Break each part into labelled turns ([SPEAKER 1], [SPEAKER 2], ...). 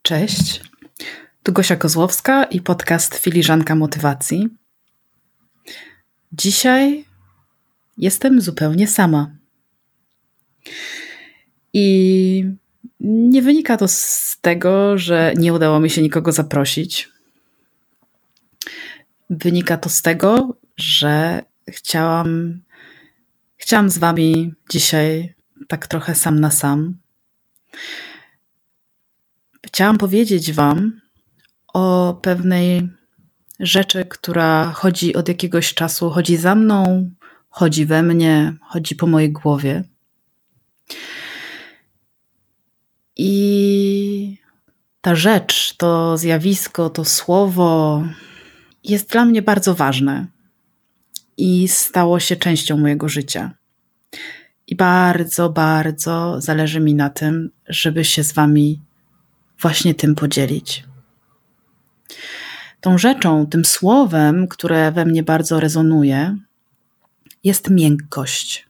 [SPEAKER 1] Cześć, tu Gosia Kozłowska i podcast Filiżanka Motywacji. Dzisiaj jestem zupełnie sama. I nie wynika to z tego, że nie udało mi się nikogo zaprosić. Wynika to z tego, że chciałam z wami dzisiaj tak trochę sam na sam. Chciałam powiedzieć wam o pewnej rzeczy, która chodzi od jakiegoś czasu, chodzi za mną, chodzi we mnie, chodzi po mojej głowie. I ta rzecz, to zjawisko, to słowo jest dla mnie bardzo ważne i stało się częścią mojego życia. I bardzo, bardzo zależy mi na tym, żeby się z wami właśnie tym podzielić. Tą rzeczą, tym słowem, które we mnie bardzo rezonuje, jest miękkość.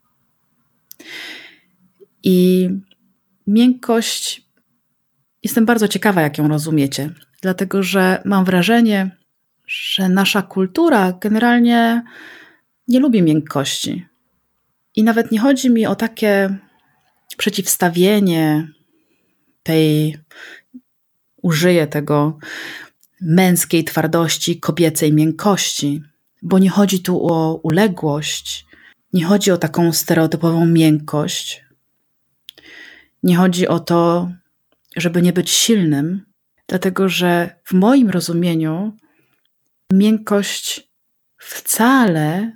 [SPEAKER 1] I miękkość, jestem bardzo ciekawa, jak ją rozumiecie, dlatego że mam wrażenie, że nasza kultura generalnie nie lubi miękkości. I nawet nie chodzi mi o takie przeciwstawienie użyję tego, męskiej twardości, kobiecej miękkości, bo nie chodzi tu o uległość, nie chodzi o taką stereotypową miękkość, nie chodzi o to, żeby nie być silnym, dlatego że w moim rozumieniu miękkość wcale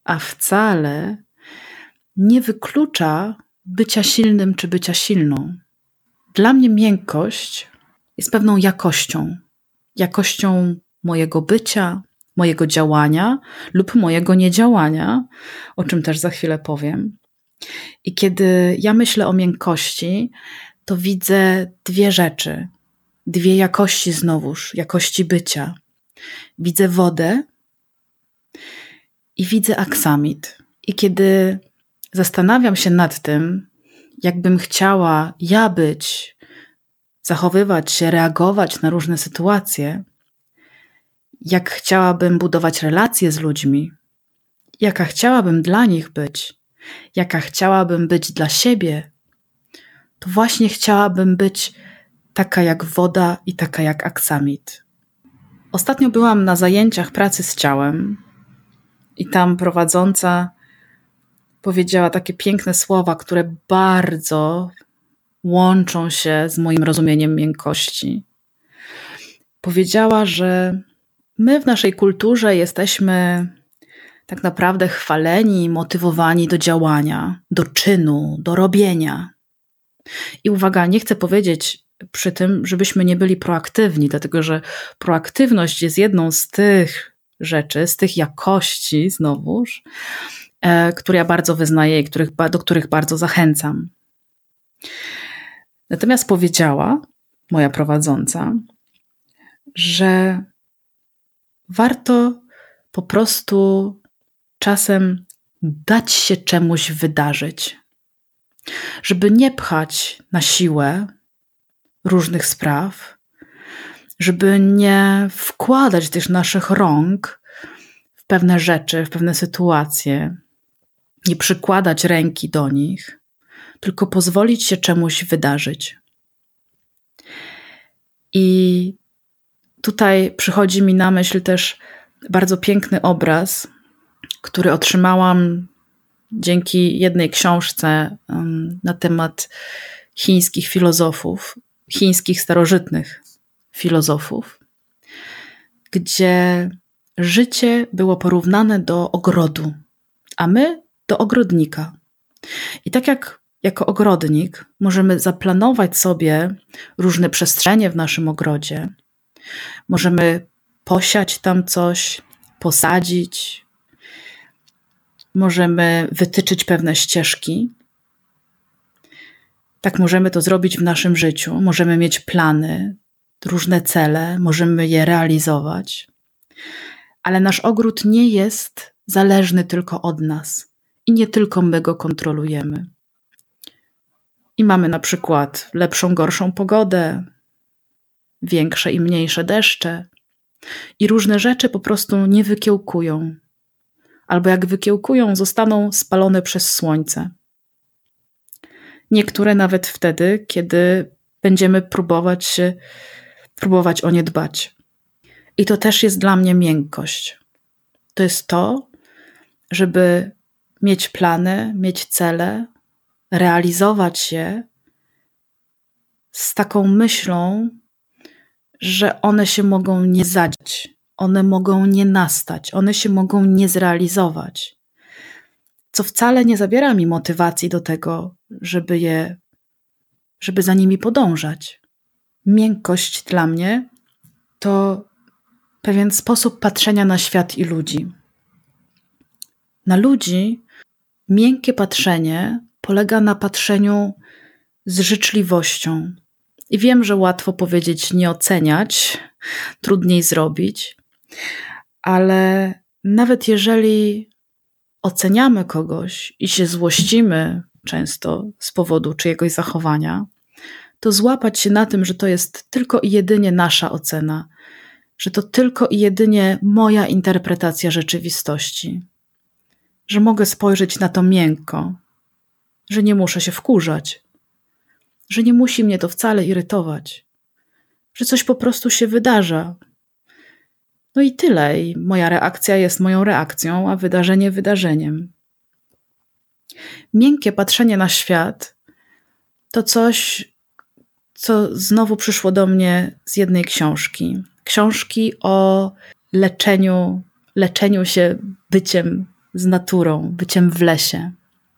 [SPEAKER 1] nie wyklucza bycia silnym czy bycia silną. Dla mnie miękkość jest pewną jakością mojego bycia, mojego działania lub mojego niedziałania, o czym też za chwilę powiem. I kiedy ja myślę o miękkości, to widzę dwie rzeczy, dwie jakości znowuż, jakości bycia. Widzę wodę i widzę aksamit. I kiedy zastanawiam się nad tym, jakbym chciała ja być, zachowywać się, reagować na różne sytuacje, jak chciałabym budować relacje z ludźmi, jaka chciałabym dla nich być, jaka chciałabym być dla siebie, to właśnie chciałabym być taka jak woda i taka jak aksamit. Ostatnio byłam na zajęciach pracy z ciałem i tam prowadząca powiedziała takie piękne słowa, które bardzo łączą się z moim rozumieniem miękkości. Powiedziała, że my w naszej kulturze jesteśmy tak naprawdę chwaleni, motywowani do działania, do czynu, do robienia. I uwaga, nie chcę powiedzieć przy tym, żebyśmy nie byli proaktywni, dlatego że proaktywność jest jedną z tych rzeczy, z tych jakości znowuż, które ja bardzo wyznaję i do których bardzo zachęcam. Natomiast powiedziała moja prowadząca, że warto po prostu czasem dać się czemuś wydarzyć, żeby nie pchać na siłę różnych spraw, żeby nie wkładać też naszych rąk w pewne rzeczy, w pewne sytuacje, nie przykładać ręki do nich, tylko pozwolić się czemuś wydarzyć. I tutaj przychodzi mi na myśl też bardzo piękny obraz, który otrzymałam dzięki jednej książce na temat chińskich filozofów, chińskich starożytnych filozofów, gdzie życie było porównane do ogrodu, a my do ogrodnika. I tak jak jako ogrodnik możemy zaplanować sobie różne przestrzenie w naszym ogrodzie, możemy posiać tam coś, posadzić, możemy wytyczyć pewne ścieżki. Tak możemy to zrobić w naszym życiu. Możemy mieć plany, różne cele, możemy je realizować. Ale nasz ogród nie jest zależny tylko od nas i nie tylko my go kontrolujemy. I mamy na przykład lepszą, gorszą pogodę, większe i mniejsze deszcze i różne rzeczy po prostu nie wykiełkują. Albo jak wykiełkują, zostaną spalone przez słońce. Niektóre nawet wtedy, kiedy będziemy próbować o nie dbać. I to też jest dla mnie miękkość. To jest to, żeby mieć plany, mieć cele, realizować je z taką myślą, że one się mogą nie zadziać, one mogą nie nastać, one się mogą nie zrealizować. Co wcale nie zabiera mi motywacji do tego, żeby za nimi podążać. Miękkość dla mnie to pewien sposób patrzenia na świat i ludzi. Na ludzi miękkie patrzenie polega na patrzeniu z życzliwością. I wiem, że łatwo powiedzieć nie oceniać, trudniej zrobić, ale nawet jeżeli oceniamy kogoś i się złościmy często z powodu czyjegoś zachowania, to złapać się na tym, że to jest tylko i jedynie nasza ocena, że to tylko i jedynie moja interpretacja rzeczywistości, że mogę spojrzeć na to miękko, że nie muszę się wkurzać, że nie musi mnie to wcale irytować, że coś po prostu się wydarza. No i tyle. I moja reakcja jest moją reakcją, a wydarzenie wydarzeniem. Miękkie patrzenie na świat to coś, co znowu przyszło do mnie z jednej książki. Książki o leczeniu się byciem z naturą, byciem w lesie.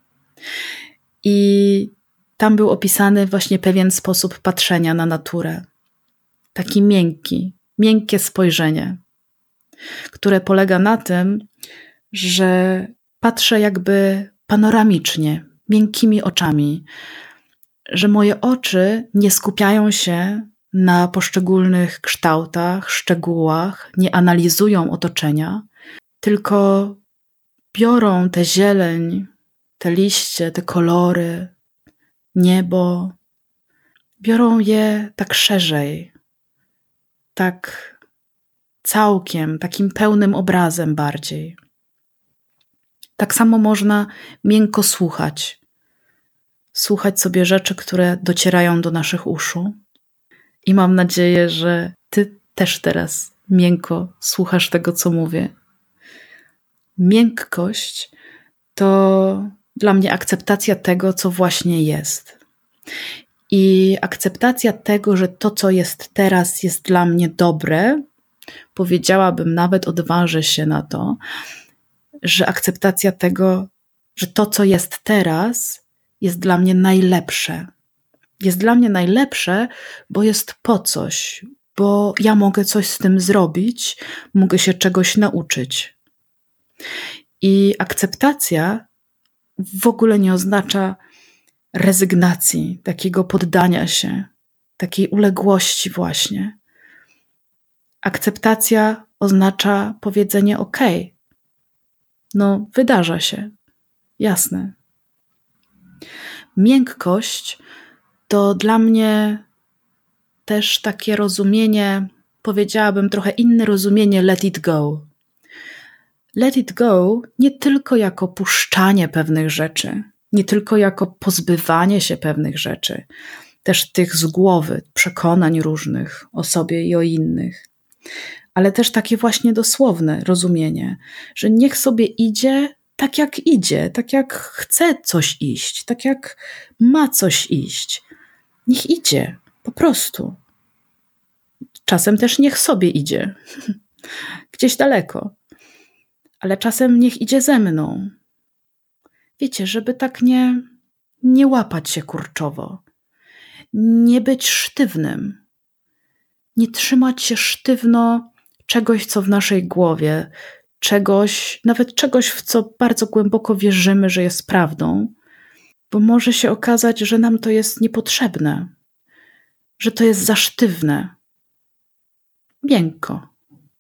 [SPEAKER 1] I tam był opisany właśnie pewien sposób patrzenia na naturę. Taki miękkie spojrzenie, które polega na tym, że patrzę jakby panoramicznie, miękkimi oczami, że moje oczy nie skupiają się na poszczególnych kształtach, szczegółach, nie analizują otoczenia, tylko biorą tę zieleń, te liście, te kolory, niebo, biorą je tak szerzej, tak całkiem, takim pełnym obrazem bardziej. Tak samo można miękko słuchać. Słuchać sobie rzeczy, które docierają do naszych uszu. I mam nadzieję, że ty też teraz miękko słuchasz tego, co mówię. Miękkość to dla mnie akceptacja tego, co właśnie jest. I akceptacja tego, że to, co jest teraz, jest dla mnie dobre, powiedziałabym, nawet odważę się na to, że akceptacja tego, że to, co jest teraz, jest dla mnie najlepsze. Jest dla mnie najlepsze, bo jest po coś, bo ja mogę coś z tym zrobić, mogę się czegoś nauczyć. I akceptacja w ogóle nie oznacza rezygnacji, takiego poddania się, takiej uległości właśnie. Akceptacja oznacza powiedzenie okej, no wydarza się, jasne. Miękkość to dla mnie też takie rozumienie, powiedziałabym trochę inne rozumienie let it go. Let it go nie tylko jako puszczanie pewnych rzeczy, nie tylko jako pozbywanie się pewnych rzeczy, też tych z głowy, przekonań różnych o sobie i o innych, ale też takie właśnie dosłowne rozumienie, że niech sobie idzie, tak jak chce coś iść, tak jak ma coś iść. Niech idzie, po prostu. Czasem też niech sobie idzie, gdzieś daleko, ale czasem niech idzie ze mną. Wiecie, żeby tak nie łapać się kurczowo, nie być sztywnym, nie trzymać się sztywno czegoś, co w naszej głowie, nawet czegoś, w co bardzo głęboko wierzymy, że jest prawdą, bo może się okazać, że nam to jest niepotrzebne, że to jest za sztywne. Miękko.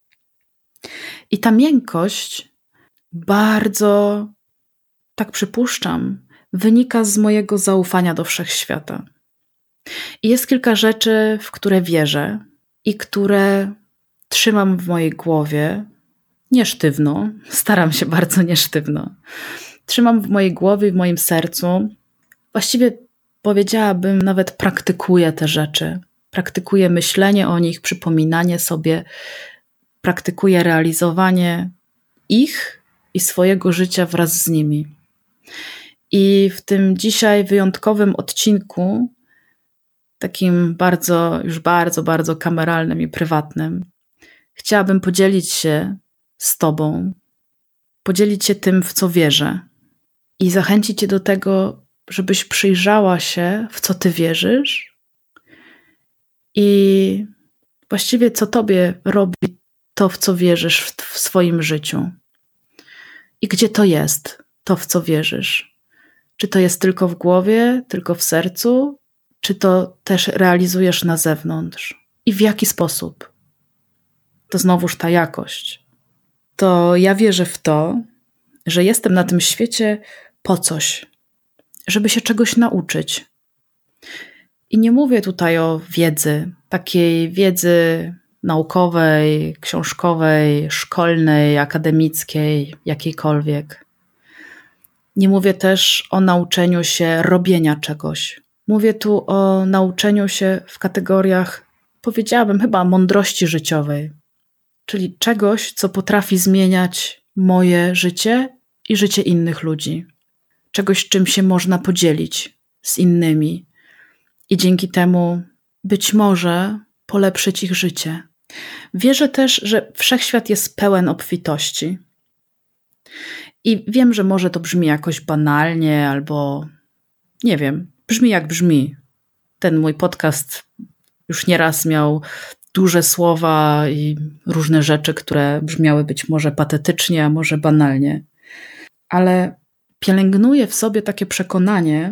[SPEAKER 1] I ta miękkość bardzo, tak przypuszczam, wynika z mojego zaufania do wszechświata. I jest kilka rzeczy, w które wierzę. i które trzymam w mojej głowie, nie sztywno, staram się bardzo nie sztywno. Trzymam w mojej głowie i w moim sercu. Właściwie powiedziałabym, nawet praktykuję te rzeczy. Praktykuję myślenie o nich, przypominanie sobie, praktykuję realizowanie ich i swojego życia wraz z nimi. I w tym dzisiaj wyjątkowym odcinku, takim bardzo kameralnym i prywatnym, chciałabym podzielić się z Tobą, podzielić się tym, w co wierzę i zachęcić Cię do tego, żebyś przyjrzała się, w co Ty wierzysz i właściwie co Tobie robi to, w co wierzysz w swoim życiu. I gdzie to jest, to, w co wierzysz. Czy to jest tylko w głowie, tylko w sercu, czy to też realizujesz na zewnątrz? I w jaki sposób? To znowuż ta jakość. To ja wierzę w to, że jestem na tym świecie po coś, żeby się czegoś nauczyć. I nie mówię tutaj o wiedzy, takiej wiedzy naukowej, książkowej, szkolnej, akademickiej, jakiejkolwiek. Nie mówię też o nauczeniu się robienia czegoś. Mówię tu o nauczeniu się w kategoriach, powiedziałabym, chyba mądrości życiowej, czyli czegoś, co potrafi zmieniać moje życie i życie innych ludzi. Czegoś, czym się można podzielić z innymi i dzięki temu być może polepszyć ich życie. Wierzę też, że wszechświat jest pełen obfitości. I wiem, że może to brzmi jakoś banalnie albo nie wiem, brzmi jak brzmi. Ten mój podcast już nieraz miał duże słowa i różne rzeczy, które brzmiały być może patetycznie, a może banalnie. Ale pielęgnuję w sobie takie przekonanie,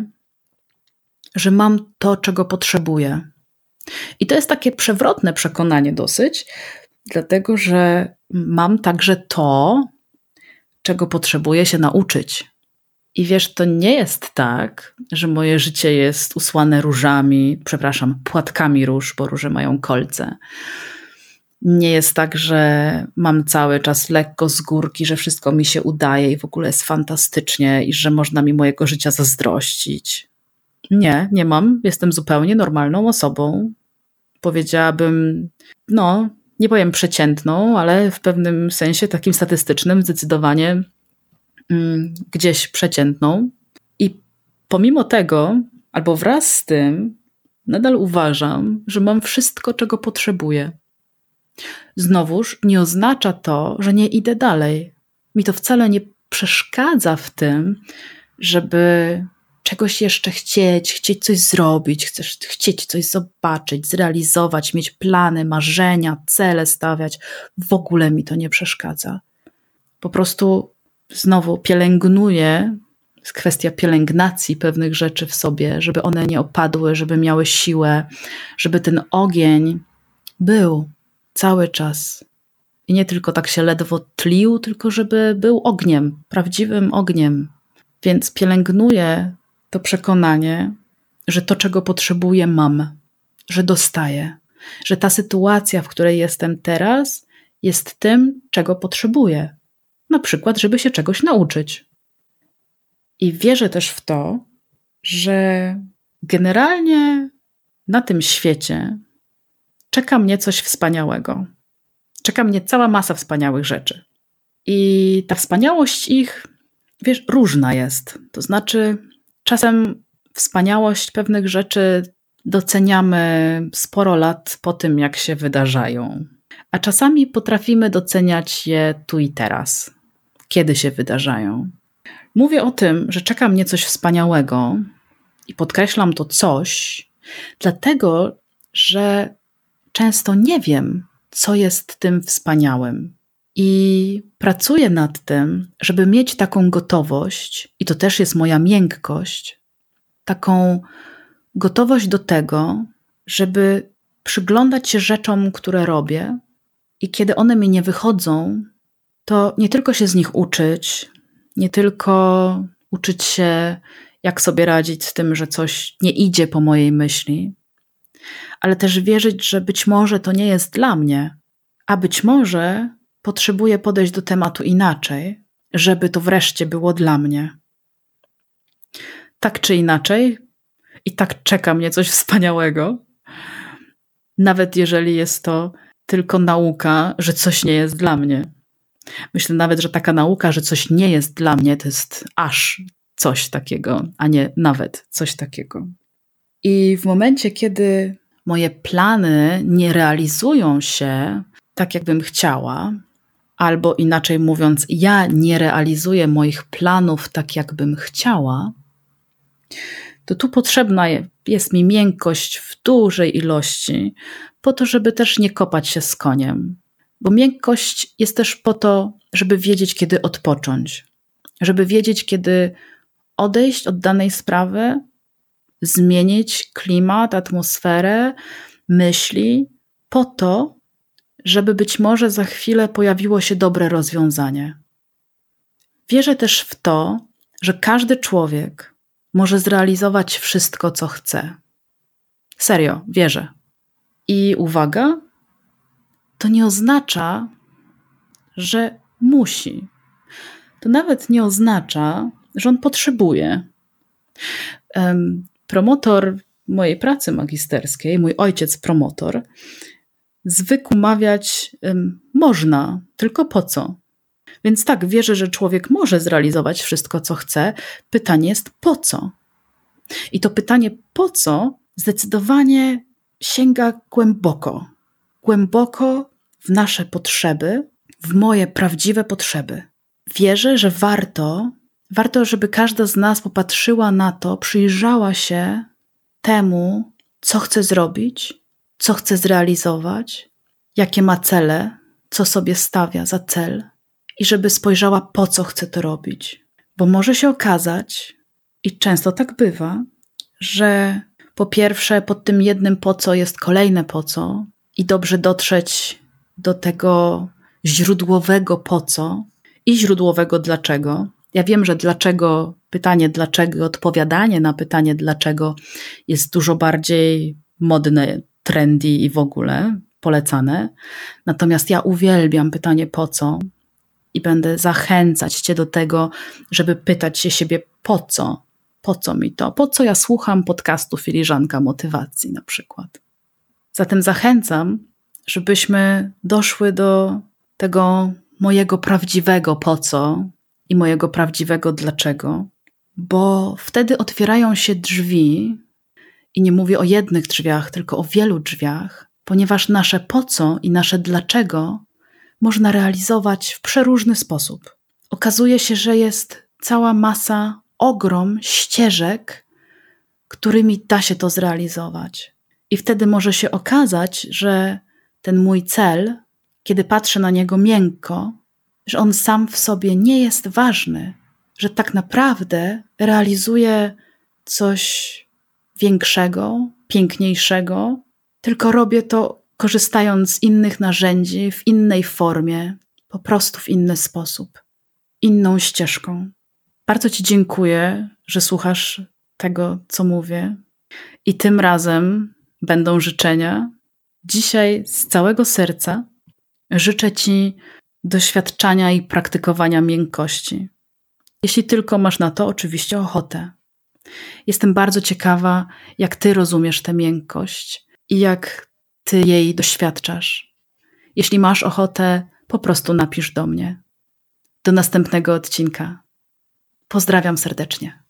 [SPEAKER 1] że mam to, czego potrzebuję. I to jest takie przewrotne przekonanie dosyć, dlatego że mam także to, czego potrzebuję się nauczyć. I wiesz, to nie jest tak, że moje życie jest usłane różami, płatkami róż, bo róże mają kolce. Nie jest tak, że mam cały czas lekko z górki, że wszystko mi się udaje i w ogóle jest fantastycznie i że można mi mojego życia zazdrościć. Nie mam. Jestem zupełnie normalną osobą. Powiedziałabym, nie powiem przeciętną, ale w pewnym sensie takim statystycznym zdecydowanie gdzieś przeciętną. I pomimo tego, albo wraz z tym, nadal uważam, że mam wszystko, czego potrzebuję. Znowuż nie oznacza to, że nie idę dalej. Mi to wcale nie przeszkadza w tym, żeby czegoś jeszcze chcieć coś zrobić, chcieć coś zobaczyć, zrealizować, mieć plany, marzenia, cele stawiać. W ogóle mi to nie przeszkadza. Po prostu znowu pielęgnuję, jest kwestia pielęgnacji pewnych rzeczy w sobie, żeby one nie opadły, żeby miały siłę, żeby ten ogień był cały czas. I nie tylko tak się ledwo tlił, tylko żeby był ogniem, prawdziwym ogniem. Więc pielęgnuję to przekonanie, że to, czego potrzebuję, mam, że dostaję, że ta sytuacja, w której jestem teraz, jest tym, czego potrzebuję. Na przykład, żeby się czegoś nauczyć. I wierzę też w to, że generalnie na tym świecie czeka mnie coś wspaniałego. Czeka mnie cała masa wspaniałych rzeczy. I ta wspaniałość ich, wiesz, różna jest. To znaczy, czasem wspaniałość pewnych rzeczy doceniamy sporo lat po tym, jak się wydarzają. A czasami potrafimy doceniać je tu i teraz, kiedy się wydarzają. Mówię o tym, że czeka mnie coś wspaniałego i podkreślam to coś, dlatego, że często nie wiem, co jest tym wspaniałym. I pracuję nad tym, żeby mieć taką gotowość, i to też jest moja miękkość, taką gotowość do tego, żeby przyglądać się rzeczom, które robię i kiedy one mi nie wychodzą, to nie tylko się z nich uczyć, nie tylko uczyć się, jak sobie radzić z tym, że coś nie idzie po mojej myśli, ale też wierzyć, że być może to nie jest dla mnie, a być może potrzebuję podejść do tematu inaczej, żeby to wreszcie było dla mnie. Tak czy inaczej, i tak czeka mnie coś wspaniałego, nawet jeżeli jest to tylko nauka, że coś nie jest dla mnie. Myślę nawet, że taka nauka, że coś nie jest dla mnie, to jest aż coś takiego, a nie nawet coś takiego. I w momencie, kiedy moje plany nie realizują się tak, jakbym chciała, albo inaczej mówiąc, ja nie realizuję moich planów tak, jakbym chciała, to tu potrzebna jest mi miękkość w dużej ilości, po to, żeby też nie kopać się z koniem. Bo miękkość jest też po to, żeby wiedzieć, kiedy odpocząć, żeby wiedzieć, kiedy odejść od danej sprawy, zmienić klimat, atmosferę, myśli, po to, żeby być może za chwilę pojawiło się dobre rozwiązanie. Wierzę też w to, że każdy człowiek może zrealizować wszystko, co chce. Serio, wierzę. I uwaga, to nie oznacza, że musi. To nawet nie oznacza, że on potrzebuje. Promotor mojej pracy magisterskiej, mój ojciec promotor, zwykł mawiać, można, tylko po co? Więc tak, wierzę, że człowiek może zrealizować wszystko, co chce. Pytanie jest po co? I to pytanie po co zdecydowanie sięga głęboko w nasze potrzeby, w moje prawdziwe potrzeby. Wierzę, że warto, żeby każda z nas popatrzyła na to, przyjrzała się temu, co chce zrobić, co chce zrealizować, jakie ma cele, co sobie stawia za cel i żeby spojrzała, po co chce to robić. Bo może się okazać, i często tak bywa, że po pierwsze pod tym jednym po co jest kolejne po co i dobrze dotrzeć do tego źródłowego po co i źródłowego dlaczego. Ja wiem, że pytanie dlaczego, odpowiadanie na pytanie dlaczego jest dużo bardziej modne, trendy i w ogóle polecane. Natomiast ja uwielbiam pytanie po co i będę zachęcać Cię do tego, żeby pytać się siebie po co? Po co mi to? Po co ja słucham podcastu Filiżanka Motywacji na przykład? Zatem zachęcam, żebyśmy doszły do tego mojego prawdziwego po co i mojego prawdziwego dlaczego, bo wtedy otwierają się drzwi i nie mówię o jednych drzwiach, tylko o wielu drzwiach, ponieważ nasze po co i nasze dlaczego można realizować w przeróżny sposób. Okazuje się, że jest cała masa, ogrom ścieżek, którymi da się to zrealizować. I wtedy może się okazać, że ten mój cel, kiedy patrzę na niego miękko, że on sam w sobie nie jest ważny, że tak naprawdę realizuje coś większego, piękniejszego, tylko robię to korzystając z innych narzędzi, w innej formie, po prostu w inny sposób, inną ścieżką. Bardzo Ci dziękuję, że słuchasz tego, co mówię. I tym razem będą życzenia. Dzisiaj z całego serca życzę Ci doświadczania i praktykowania miękkości. Jeśli tylko masz na to oczywiście ochotę. Jestem bardzo ciekawa, jak Ty rozumiesz tę miękkość i jak Ty jej doświadczasz. Jeśli masz ochotę, po prostu napisz do mnie. Do następnego odcinka. Pozdrawiam serdecznie.